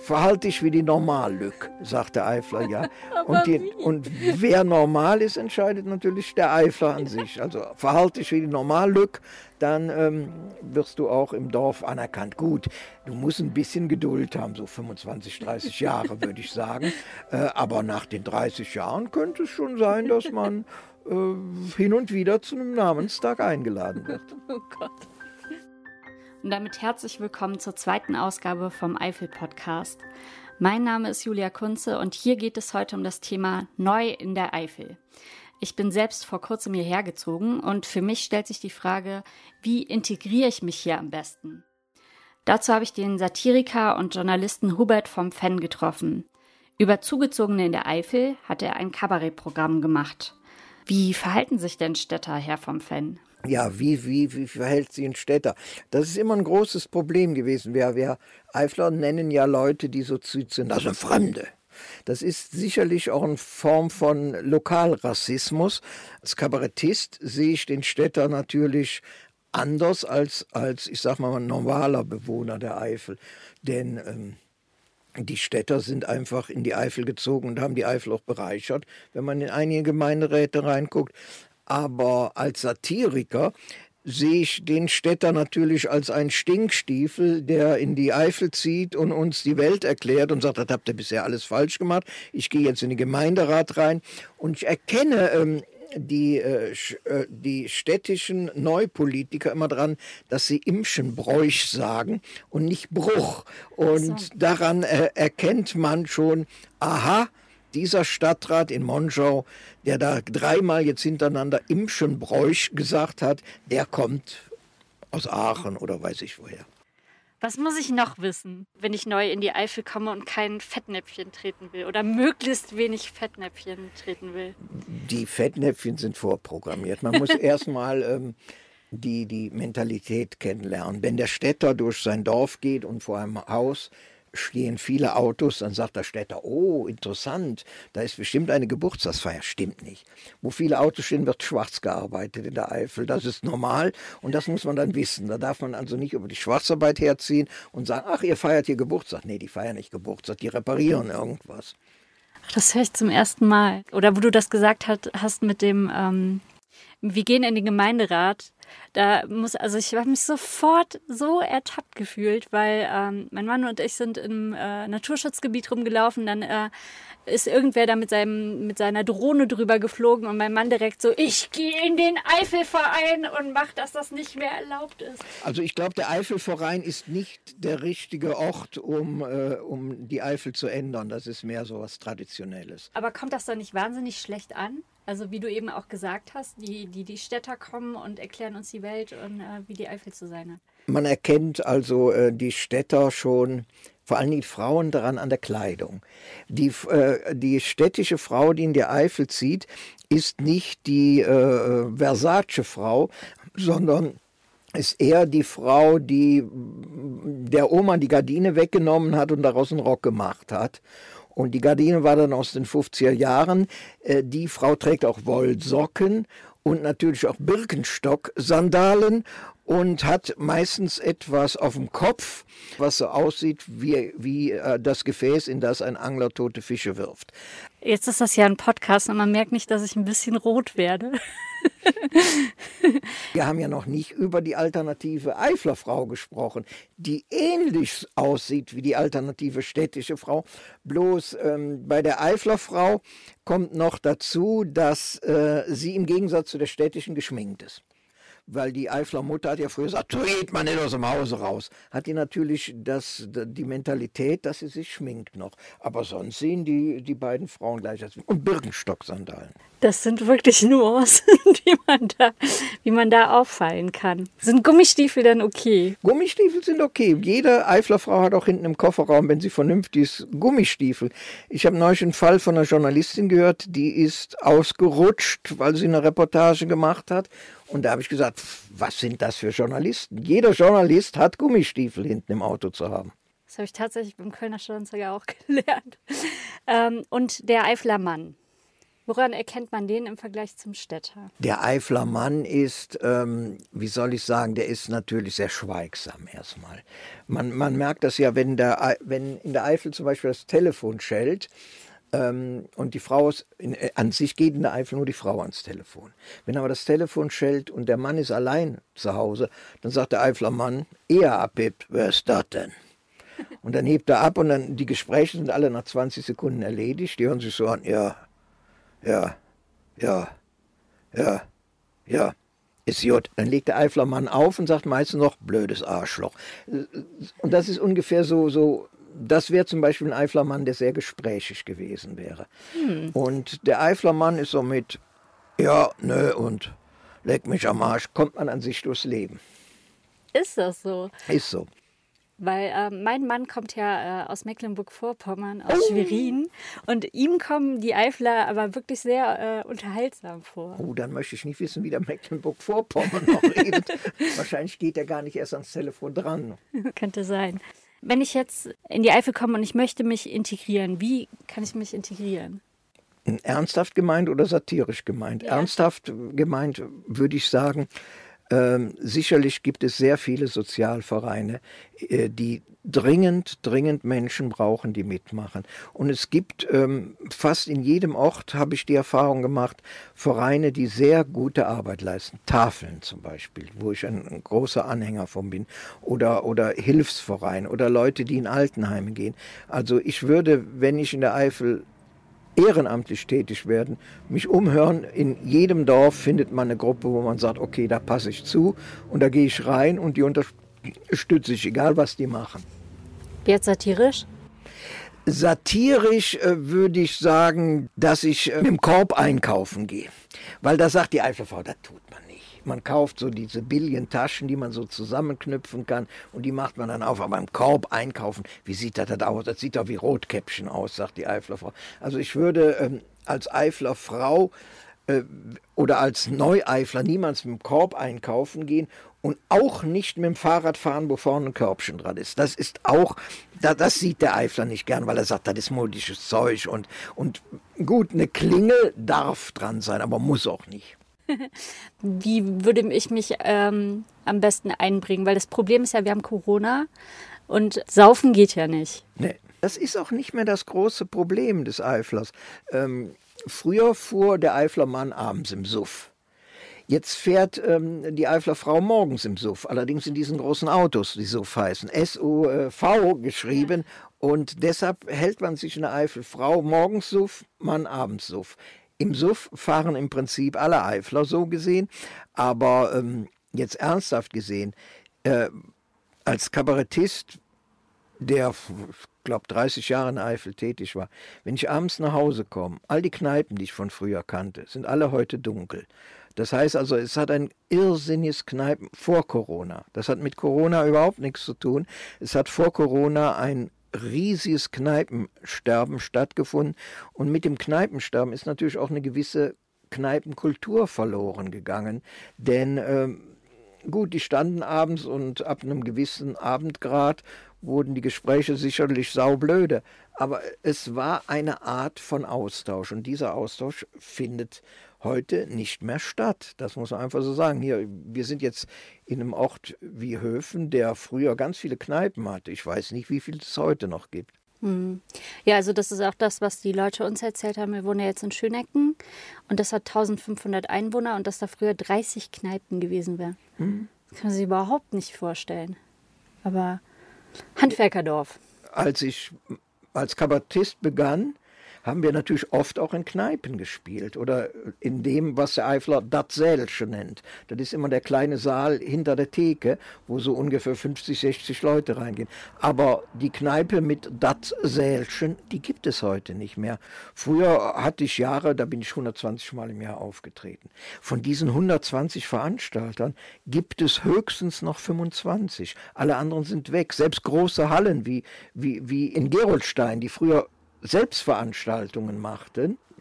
verhalte dich wie die Normallück, sagt der Eifler, ja. Aber Und wer normal ist, entscheidet natürlich der Eifler an sich. Also verhalte dich wie die Normallück, dann wirst du auch im Dorf anerkannt. Gut, du musst ein bisschen Geduld haben, so 25, 30 Jahre würde ich sagen. Aber nach den 30 Jahren könnte es schon sein, dass man hin und wieder zu einem Namenstag eingeladen wird. Oh Gott. Und damit herzlich willkommen zur zweiten Ausgabe vom Eifel-Podcast. Mein Name ist Julia Kunze und hier geht es heute um das Thema Neu in der Eifel. Ich bin selbst vor kurzem hierher gezogen und für mich stellt sich die Frage, wie integriere ich mich hier am besten? Dazu habe ich den Satiriker und Journalisten Hubert vom Fenn getroffen. Über Zugezogene in der Eifel hat er ein Kabarettprogramm gemacht. Wie verhalten sich denn Städter, Herr vom Fenn? Ja, wie verhält sich ein Städter? Das ist immer ein großes Problem gewesen. Wir Eifler nennen ja Leute, die so sind, also Fremde. Das ist sicherlich auch eine Form von Lokalrassismus. Als Kabarettist sehe ich den Städter natürlich anders als ich sag mal, ein normaler Bewohner der Eifel. Denn die Städter sind einfach in die Eifel gezogen und haben die Eifel auch bereichert, wenn man in einige Gemeinderäte reinguckt. Aber als Satiriker sehe ich den Städter natürlich als einen Stinkstiefel, der in die Eifel zieht und uns die Welt erklärt und sagt, das habt ihr bisher alles falsch gemacht. Ich gehe jetzt in den Gemeinderat rein und ich erkenne die städtischen Neupolitiker immer dran, dass sie Imschenbräuch sagen und nicht Bruch. Und daran erkennt man schon, aha, dieser Stadtrat in Monschau, der da dreimal jetzt hintereinander Imschenbräuch gesagt hat, der kommt aus Aachen oder weiß ich woher. Was muss ich noch wissen, wenn ich neu in die Eifel komme und kein Fettnäpfchen treten will oder möglichst wenig Fettnäpfchen treten will? Die Fettnäpfchen sind vorprogrammiert. Man muss erstmal die Mentalität kennenlernen. Wenn der Städter durch sein Dorf geht und vor einem Haus stehen viele Autos, dann sagt der Städter, oh, interessant, da ist bestimmt eine Geburtstagsfeier. Stimmt nicht. Wo viele Autos stehen, wird schwarz gearbeitet in der Eifel. Das ist normal und das muss man dann wissen. Da darf man also nicht über die Schwarzarbeit herziehen und sagen, ach, ihr feiert hier Geburtstag. Nee, die feiern nicht Geburtstag, die reparieren irgendwas. Ach, das höre ich zum ersten Mal. Oder wo du das gesagt hast mit dem, wir gehen in den Gemeinderat. Ich habe mich sofort so ertappt gefühlt, weil mein Mann und ich sind im Naturschutzgebiet rumgelaufen, dann ist irgendwer da mit seiner Drohne drüber geflogen und mein Mann direkt so, ich gehe in den Eifelverein und mach, dass das nicht mehr erlaubt ist. Also ich glaube, der Eifelverein ist nicht der richtige Ort, um die Eifel zu ändern. Das ist mehr so was Traditionelles. Aber kommt das dann nicht wahnsinnig schlecht an? Also wie du eben auch gesagt hast, die Städter kommen und erklären uns die Welt und wie die Eifel zu sein hat. Man erkennt also die Städter schon, vor allem die Frauen daran an der Kleidung. Die städtische Frau, die in die Eifel zieht, ist nicht die Versace-Frau, sondern ist eher die Frau, die der Oma die Gardine weggenommen hat und daraus einen Rock gemacht hat. Und die Gardine war dann aus den 50er Jahren. Die Frau trägt auch Wollsocken und natürlich auch Birkenstock-Sandalen und hat meistens etwas auf dem Kopf, was so aussieht wie das Gefäß, in das ein Angler tote Fische wirft. Jetzt ist das ja ein Podcast und man merkt nicht, dass ich ein bisschen rot werde. Wir haben ja noch nicht über die alternative Eiflerfrau gesprochen, die ähnlich aussieht wie die alternative städtische Frau. Bloß bei der Eiflerfrau kommt noch dazu, dass sie im Gegensatz zu der städtischen geschminkt ist. Weil die Eifler Mutter hat ja früher gesagt, dreht man nicht aus dem Hause raus. Hat die natürlich die Mentalität, dass sie sich schminkt noch. Aber sonst sehen die beiden Frauen gleich aus. Und Birkenstock-Sandalen. Das sind wirklich Nuancen, wie man da auffallen kann. Sind Gummistiefel dann okay? Gummistiefel sind okay. Jede Eiflerfrau hat auch hinten im Kofferraum, wenn sie vernünftig ist, Gummistiefel. Ich habe neulich einen Fall von einer Journalistin gehört, die ist ausgerutscht, weil sie eine Reportage gemacht hat. Und da habe ich gesagt, was sind das für Journalisten? Jeder Journalist hat Gummistiefel hinten im Auto zu haben. Das habe ich tatsächlich beim Kölner Stadtanzeiger auch gelernt. Und der Eifler Mann. Woran erkennt man den im Vergleich zum Städter? Der Eifler Mann ist, wie soll ich sagen, der ist natürlich sehr schweigsam erstmal. Man merkt das ja, wenn in der Eifel zum Beispiel das Telefon schellt, und die Frau an sich geht in der Eifel nur die Frau ans Telefon. Wenn aber das Telefon schellt und der Mann ist allein zu Hause, dann sagt der Eifler Mann, eher abhebt, wer ist das denn? Und dann hebt er ab und dann die Gespräche sind alle nach 20 Sekunden erledigt. Die hören sich so an, ja, ist gut. Dann legt der Eifler Mann auf und sagt meistens noch, blödes Arschloch. Und das ist ungefähr so, das wäre zum Beispiel ein Eifler Mann, der sehr gesprächig gewesen wäre. Und der Eifler Mann ist so mit, ja, nö und leck mich am Arsch, kommt man an sich durchs Leben. Ist das so? Ist so. Weil mein Mann kommt ja aus Mecklenburg-Vorpommern, aus Schwerin. Und ihm kommen die Eifler aber wirklich sehr unterhaltsam vor. Oh, dann möchte ich nicht wissen, wie der Mecklenburg-Vorpommern noch redet. Wahrscheinlich geht er gar nicht erst ans Telefon dran. Könnte sein. Wenn ich jetzt in die Eifel komme und ich möchte mich integrieren, wie kann ich mich integrieren? Ernsthaft gemeint oder satirisch gemeint? Ja. Ernsthaft gemeint würde ich sagen, sicherlich gibt es sehr viele Sozialvereine, die dringend Menschen brauchen, die mitmachen. Und es gibt fast in jedem Ort, habe ich die Erfahrung gemacht, Vereine, die sehr gute Arbeit leisten. Tafeln zum Beispiel, wo ich ein großer Anhänger von bin. Oder Hilfsvereine oder Leute, die in Altenheime gehen. Also ich würde, wenn ich in der Eifel ehrenamtlich tätig werden, mich umhören. In jedem Dorf findet man eine Gruppe, wo man sagt, okay, da passe ich zu und da gehe ich rein und die unterstütze ich, egal was die machen. Jetzt satirisch? Satirisch würde ich sagen, dass ich mit dem Korb einkaufen gehe. Weil da sagt die Eifelfrau, das tut man nicht. Man kauft so diese billigen Taschen, die man so zusammenknüpfen kann und die macht man dann auf. Aber im Korb einkaufen, wie sieht das aus? Das sieht doch wie Rotkäppchen aus, sagt die Eiflerfrau. Also ich würde als Eiflerfrau oder als Neu-Eifler niemals mit dem Korb einkaufen gehen und auch nicht mit dem Fahrrad fahren, wo vorne ein Körbchen dran ist. Das ist auch, das sieht der Eifler nicht gern, weil er sagt, das ist modisches Zeug und gut, eine Klingel darf dran sein, aber muss auch nicht. Wie würde ich mich am besten einbringen? Weil das Problem ist ja, wir haben Corona und Saufen geht ja nicht. Nee, das ist auch nicht mehr das große Problem des Eiflers. Früher fuhr der Eifler Mann abends im Suff. Jetzt fährt die Eifler Frau morgens im Suff, allerdings in diesen großen Autos, die Suff heißen, S-U-V geschrieben. Und deshalb hält man sich in der Eifel Frau morgens Suff, Mann abends Suff. Im Suff fahren im Prinzip alle Eifler so gesehen, aber jetzt ernsthaft gesehen, als Kabarettist, der, ich glaube, 30 Jahre in der Eifel tätig war, wenn ich abends nach Hause komme, all die Kneipen, die ich von früher kannte, sind alle heute dunkel. Das heißt also, es hat ein irrsinniges Kneipen vor Corona. Das hat mit Corona überhaupt nichts zu tun. Es hat vor Corona ein riesiges Kneipensterben stattgefunden. Und mit dem Kneipensterben ist natürlich auch eine gewisse Kneipenkultur verloren gegangen. Denn gut, die standen abends und ab einem gewissen Abendgrad wurden die Gespräche sicherlich saublöde. Aber es war eine Art von Austausch. Und dieser Austausch findet heute nicht mehr statt. Das muss man einfach so sagen. Hier, wir sind jetzt in einem Ort wie Höfen, der früher ganz viele Kneipen hatte. Ich weiß nicht, wie viel es heute noch gibt. Ja, also das ist auch das, was die Leute uns erzählt haben. Wir wohnen ja jetzt in Schönecken und das hat 1500 Einwohner und dass da früher 30 Kneipen gewesen wären. Das kann man sich überhaupt nicht vorstellen. Aber Handwerkerdorf. Als ich als Kabarettist begann, haben wir natürlich oft auch in Kneipen gespielt oder in dem, was der Eifler das Sälchen nennt. Das ist immer der kleine Saal hinter der Theke, wo so ungefähr 50, 60 Leute reingehen. Aber die Kneipe mit das Sälchen, die gibt es heute nicht mehr. Früher hatte ich Jahre, da bin ich 120 Mal im Jahr aufgetreten. Von diesen 120 Veranstaltern gibt es höchstens noch 25. Alle anderen sind weg. Selbst große Hallen wie in Gerolstein, die früher Selbstveranstaltungen machten,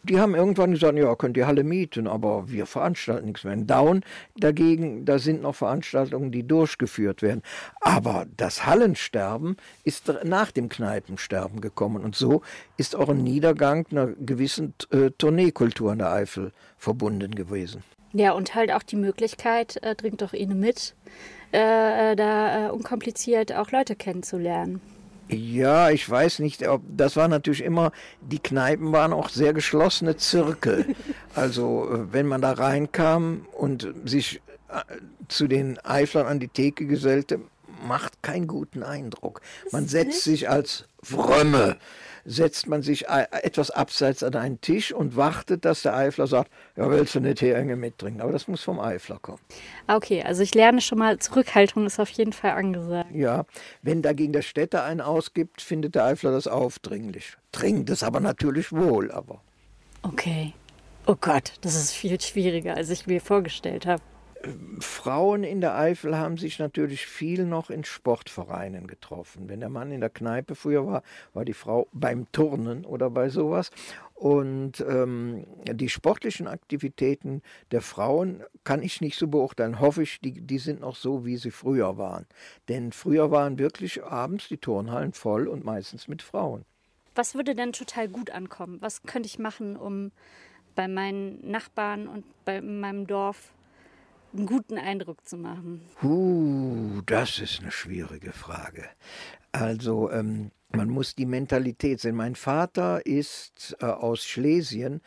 Die haben irgendwann gesagt, ja, könnt ihr Halle mieten, aber wir veranstalten nichts mehr. In Daun dagegen, da sind noch Veranstaltungen, die durchgeführt werden. Aber das Hallensterben ist nach dem Kneipensterben gekommen. Und so ist auch ein Niedergang einer gewissen Tourneekultur in der Eifel verbunden gewesen. Ja, und halt auch die Möglichkeit, dringt doch Ihnen mit, da unkompliziert auch Leute kennenzulernen. Ja, ich weiß nicht, das war natürlich immer, die Kneipen waren auch sehr geschlossene Zirkel. Also wenn man da reinkam und sich zu den Eiflern an die Theke gesellte, macht keinen guten Eindruck. Man setzt sich als Frömme, setzt man sich etwas abseits an einen Tisch und wartet, dass der Eifler sagt, ja, willst du nicht hier Enge mittrinken? Aber das muss vom Eifler kommen. Okay, also ich lerne schon mal, Zurückhaltung ist auf jeden Fall angesagt. Ja, wenn dagegen der Städter einen ausgibt, findet der Eifler das aufdringlich. Trinkt es aber natürlich wohl, aber. Okay. Oh Gott, das ist viel schwieriger, als ich mir vorgestellt habe. Frauen in der Eifel haben sich natürlich viel noch in Sportvereinen getroffen. Wenn der Mann in der Kneipe früher war, war die Frau beim Turnen oder bei sowas. Und die sportlichen Aktivitäten der Frauen kann ich nicht so beurteilen. Hoffe ich, die sind noch so, wie sie früher waren. Denn früher waren wirklich abends die Turnhallen voll und meistens mit Frauen. Was würde denn total gut ankommen? Was könnte ich machen, um bei meinen Nachbarn und bei meinem Dorf einen guten Eindruck zu machen? Das ist eine schwierige Frage. Also man muss die Mentalität sehen. Mein Vater ist aus Schlesien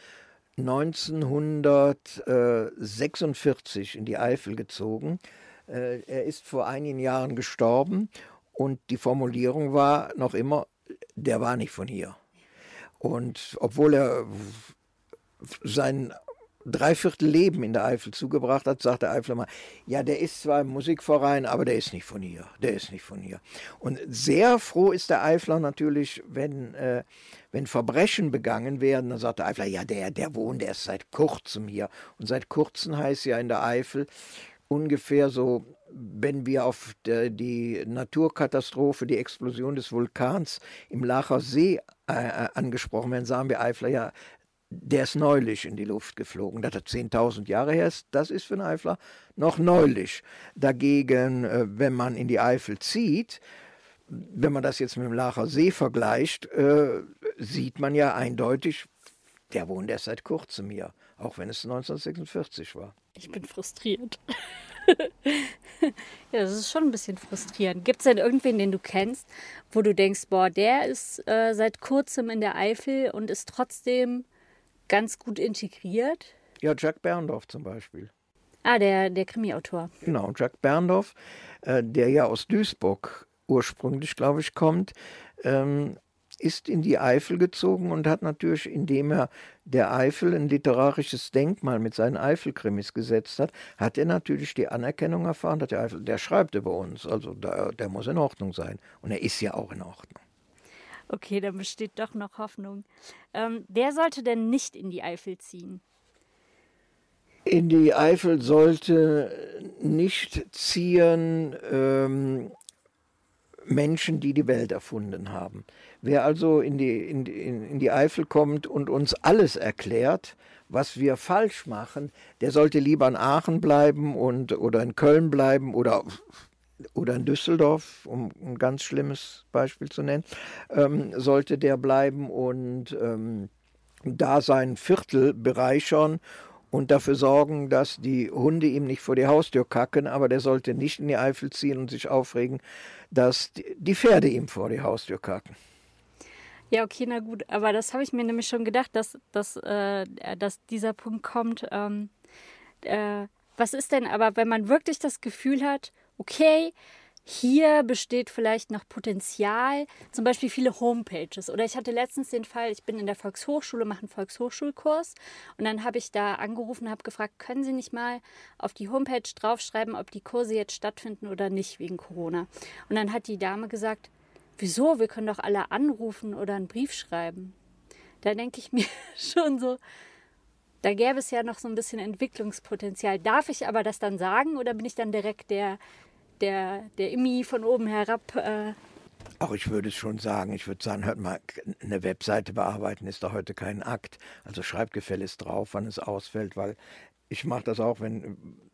1946 in die Eifel gezogen. Er ist vor einigen Jahren gestorben und die Formulierung war noch immer, der war nicht von hier. Und obwohl er sein Dreiviertel Leben in der Eifel zugebracht hat, sagt der Eifler mal, ja, der ist zwar im Musikverein, aber der ist nicht von hier, der ist nicht von hier. Und sehr froh ist der Eifler natürlich, wenn Verbrechen begangen werden, dann sagt der Eifler, ja, der wohnt erst seit kurzem hier. Und seit kurzem heißt ja in der Eifel ungefähr so, wenn wir auf die Naturkatastrophe, die Explosion des Vulkans im Lacher See angesprochen werden, sagen wir Eifler, ja, der ist neulich in die Luft geflogen. Das hat 10.000 Jahre her. Das ist für einen Eifler noch neulich. Dagegen, wenn man in die Eifel zieht, wenn man das jetzt mit dem Lacher See vergleicht, sieht man ja eindeutig, der wohnt erst seit kurzem hier, auch wenn es 1946 war. Ich bin frustriert. Ja, das ist schon ein bisschen frustrierend. Gibt es denn irgendwen, den du kennst, wo du denkst, boah, der ist seit kurzem in der Eifel und ist trotzdem ganz gut integriert? Ja, Jack Berndorf zum Beispiel. Ah, der Krimi-Autor. Genau, Jack Berndorf, der ja aus Duisburg ursprünglich, glaube ich, kommt, ist in die Eifel gezogen und hat natürlich, indem er der Eifel ein literarisches Denkmal mit seinen Eifel-Krimis gesetzt hat, hat er natürlich die Anerkennung erfahren, dass der Eifel, der schreibt über uns, also der muss in Ordnung sein. Und er ist ja auch in Ordnung. Okay, dann besteht doch noch Hoffnung. Wer sollte denn nicht in die Eifel ziehen? In die Eifel sollte nicht ziehen Menschen, die die Welt erfunden haben. Wer also in die Eifel kommt und uns alles erklärt, was wir falsch machen, der sollte lieber in Aachen bleiben oder in Köln bleiben oder in Düsseldorf, um ein ganz schlimmes Beispiel zu nennen, sollte der bleiben und da sein Viertel bereichern und dafür sorgen, dass die Hunde ihm nicht vor die Haustür kacken, aber der sollte nicht in die Eifel ziehen und sich aufregen, dass die Pferde ihm vor die Haustür kacken. Ja, okay, na gut, aber das habe ich mir nämlich schon gedacht, dass dieser Punkt kommt. Was ist denn aber, wenn man wirklich das Gefühl hat, okay, hier besteht vielleicht noch Potenzial, zum Beispiel viele Homepages. Oder ich hatte letztens den Fall, ich bin in der Volkshochschule, mache einen Volkshochschulkurs und dann habe ich da angerufen und habe gefragt, können Sie nicht mal auf die Homepage draufschreiben, ob die Kurse jetzt stattfinden oder nicht wegen Corona. Und dann hat die Dame gesagt, wieso, wir können doch alle anrufen oder einen Brief schreiben. Da denke ich mir schon so, da gäbe es ja noch so ein bisschen Entwicklungspotenzial. Darf ich aber das dann sagen oder bin ich dann direkt der Immi von oben herab? Auch ich würde es schon sagen, ich würde sagen, hört mal, eine Webseite bearbeiten ist doch heute kein Akt. Also schreib gefälligst drauf, wann es ausfällt, weil ich mache das auch, wenn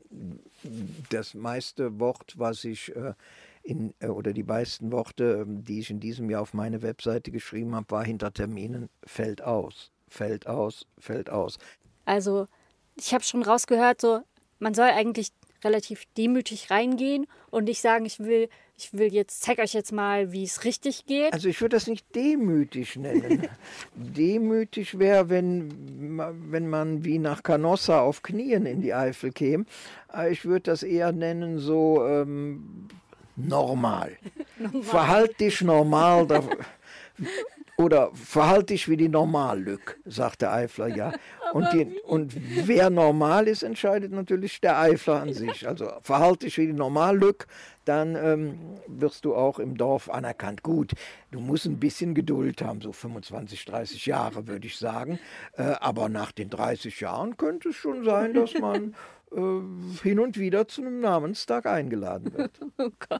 das meiste Wort, was ich oder die meisten Worte, die ich in diesem Jahr auf meine Webseite geschrieben habe, war hinter Terminen, fällt aus, fällt aus, fällt aus. Also ich habe schon rausgehört, so man soll eigentlich relativ demütig reingehen und nicht sagen, ich will jetzt, zeig euch jetzt mal, wie es richtig geht. Also ich würde das nicht demütig nennen. Demütig wäre, wenn man wie nach Canossa auf Knien in die Eifel käme. Ich würde das eher nennen so normal. Verhalt dich normal. Oder verhalte dich wie die Normallück, sagt der Eifler, ja. Und wer normal ist, entscheidet natürlich der Eifler an sich. Also verhalte dich wie die Normallück, dann wirst du auch im Dorf anerkannt. Gut, du musst ein bisschen Geduld haben, so 25, 30 Jahre würde ich sagen. Aber nach den 30 Jahren könnte es schon sein, dass man hin und wieder zu einem Namenstag eingeladen wird. Oh Gott.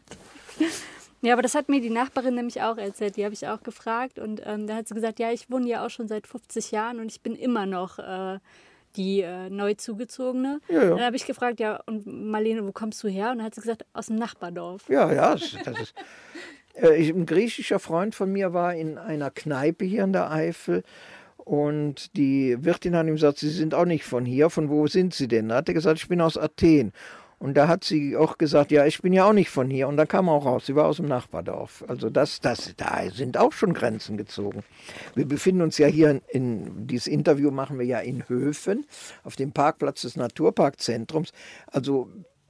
Ja, aber das hat mir die Nachbarin nämlich auch erzählt, die habe ich auch gefragt und da hat sie gesagt, ja, ich wohne ja auch schon seit 50 Jahren und ich bin immer noch die neu zugezogene. Ja. Dann habe ich gefragt, ja, und Marlene, wo kommst du her? Und dann hat sie gesagt, aus dem Nachbardorf. Ja, das ist... ein griechischer Freund von mir war in einer Kneipe hier in der Eifel und die Wirtin hat ihm gesagt, Sie sind auch nicht von hier, von wo sind Sie denn? Da hat er gesagt, ich bin aus Athen. Und da hat sie auch gesagt, ja, ich bin ja auch nicht von hier. Und da kam auch raus, sie war aus dem Nachbardorf. Also da sind auch schon Grenzen gezogen. Wir befinden uns ja hier, dieses Interview machen wir ja in Höfen, auf dem Parkplatz des Naturparkzentrums. Also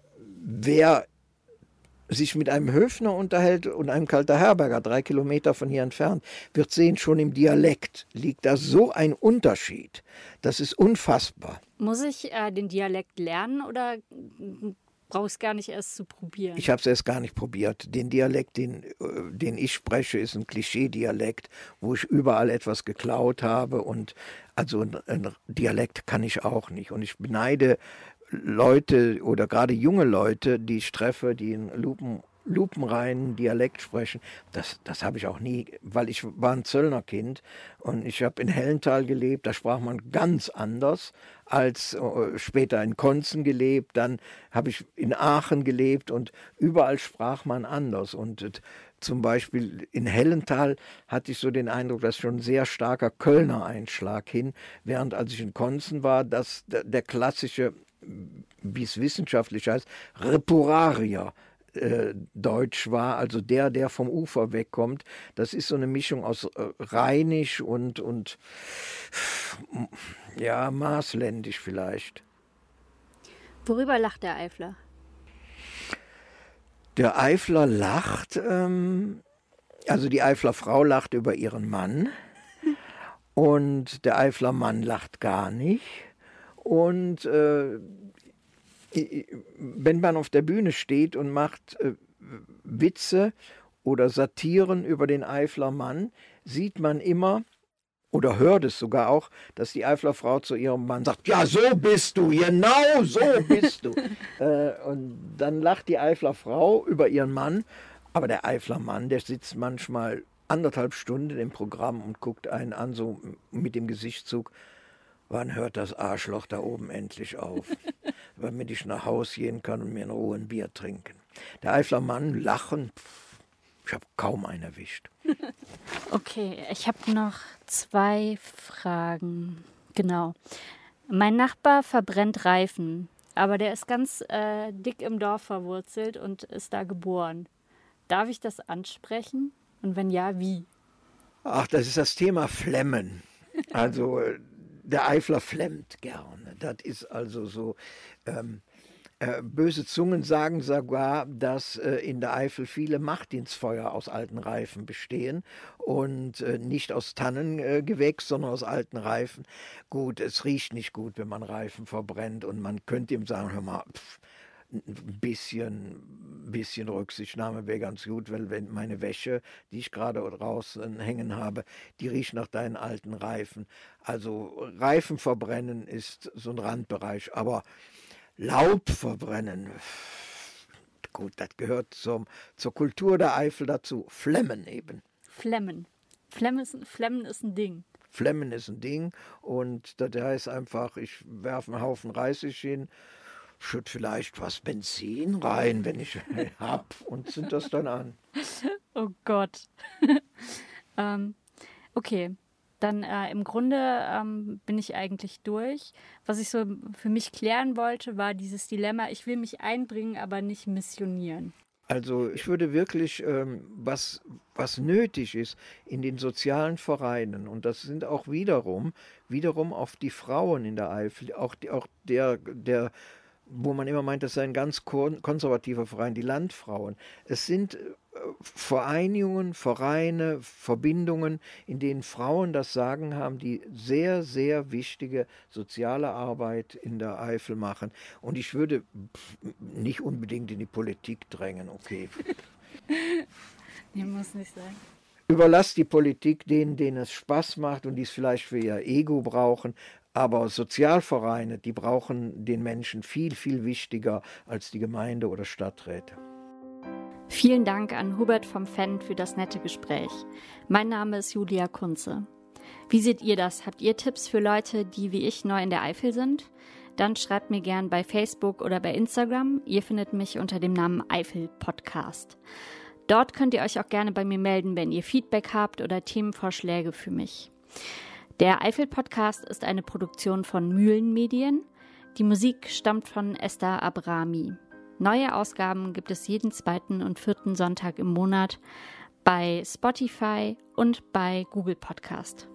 wer sich mit einem Höfner unterhält und einem Kalter Herberger, 3 Kilometer von hier entfernt, wird sehen, schon im Dialekt liegt da so ein Unterschied. Das ist unfassbar. Muss ich den Dialekt lernen oder brauche ich es gar nicht erst zu probieren? Ich habe es erst gar nicht probiert. Den Dialekt, den ich spreche, ist ein Klischee-Dialekt, wo ich überall etwas geklaut habe. Und also ein Dialekt kann ich auch nicht. Und ich beneide Leute oder gerade junge Leute, die ich treffe, die in lupenreinen Dialekt sprechen. Das habe ich auch nie, weil ich war ein Zöllnerkind und ich habe in Hellental gelebt, da sprach man ganz anders als später in Konzen gelebt, dann habe ich in Aachen gelebt und überall sprach man anders und zum Beispiel in Hellental hatte ich so den Eindruck, dass schon ein sehr starker Kölner Einschlag hin, während als ich in Konzen war, dass der klassische, wie es wissenschaftlich heißt, Repararier Deutsch war, also der vom Ufer wegkommt. Das ist so eine Mischung aus rheinisch und ja, maßländisch vielleicht. Worüber lacht der Eifler? Der Eifler lacht, also die Eifler Frau lacht über ihren Mann und der Eifler Mann lacht gar nicht. Und wenn man auf der Bühne steht und macht Witze oder Satiren über den Eifler Mann, sieht man immer oder hört es sogar auch, dass die Eifler Frau zu ihrem Mann sagt, ja, so bist du, genau so bist du. Und dann lacht die Eifler Frau über ihren Mann, aber der Eifler Mann, der sitzt manchmal 1,5 Stunden im Programm und guckt einen an, so mit dem Gesichtszug, wann hört das Arschloch da oben endlich auf, damit ich nach Haus gehen kann und mir in Ruhe ein Bier trinken. Der Eifler Mann lachen, ich habe kaum einen erwischt. Okay, ich habe noch 2 Fragen. Genau. Mein Nachbar verbrennt Reifen, aber der ist ganz dick im Dorf verwurzelt und ist da geboren. Darf ich das ansprechen? Und wenn ja, wie? Ach, das ist das Thema Flemmen. Also der Eifler flemmt gerne. Das ist also so, böse Zungen sagen sogar, dass in der Eifel viele Machtdienstfeuer aus alten Reifen bestehen und nicht aus Tannengewächs, sondern aus alten Reifen. Gut, es riecht nicht gut, wenn man Reifen verbrennt und man könnte ihm sagen, hör mal, ein bisschen Rücksichtnahme wäre ganz gut, weil wenn meine Wäsche, die ich gerade draußen hängen habe, die riecht nach deinen alten Reifen. Also Reifen verbrennen ist so ein Randbereich, aber Laub verbrennen gut, das gehört zur Kultur der Eifel dazu. Flemmen eben. Flemmen. Flemmen ist ein Ding. Flemmen ist ein Ding und das heißt einfach, ich werfe einen Haufen Reisig hin, schütte vielleicht was Benzin rein, wenn ich hab und zünd das dann an. Oh Gott. Okay, dann im Grunde bin ich eigentlich durch. Was ich so für mich klären wollte, war dieses Dilemma, ich will mich einbringen, aber nicht missionieren. Also ich würde wirklich, was nötig ist in den sozialen Vereinen, und das sind auch wiederum auf die Frauen in der Eifel, auch der, wo man immer meint, das sei ein ganz konservativer Verein, die Landfrauen. Es sind Vereinigungen, Vereine, Verbindungen, in denen Frauen das Sagen haben, die sehr, sehr wichtige soziale Arbeit in der Eifel machen. Und ich würde nicht unbedingt in die Politik drängen, okay. Nee, muss nicht sein. Überlass die Politik denen es Spaß macht und die es vielleicht für ihr Ego brauchen. Aber Sozialvereine, die brauchen den Menschen viel, viel wichtiger als die Gemeinde oder Stadträte. Vielen Dank an Hubert vom Fenn für das nette Gespräch. Mein Name ist Julia Kunze. Wie seht ihr das? Habt ihr Tipps für Leute, die wie ich neu in der Eifel sind? Dann schreibt mir gern bei Facebook oder bei Instagram. Ihr findet mich unter dem Namen Eifel Podcast. Dort könnt ihr euch auch gerne bei mir melden, wenn ihr Feedback habt oder Themenvorschläge für mich. Der Eifel Podcast ist eine Produktion von Mühlenmedien. Die Musik stammt von Esther Abrami. Neue Ausgaben gibt es jeden 2. und 4. Sonntag im Monat bei Spotify und bei Google Podcast.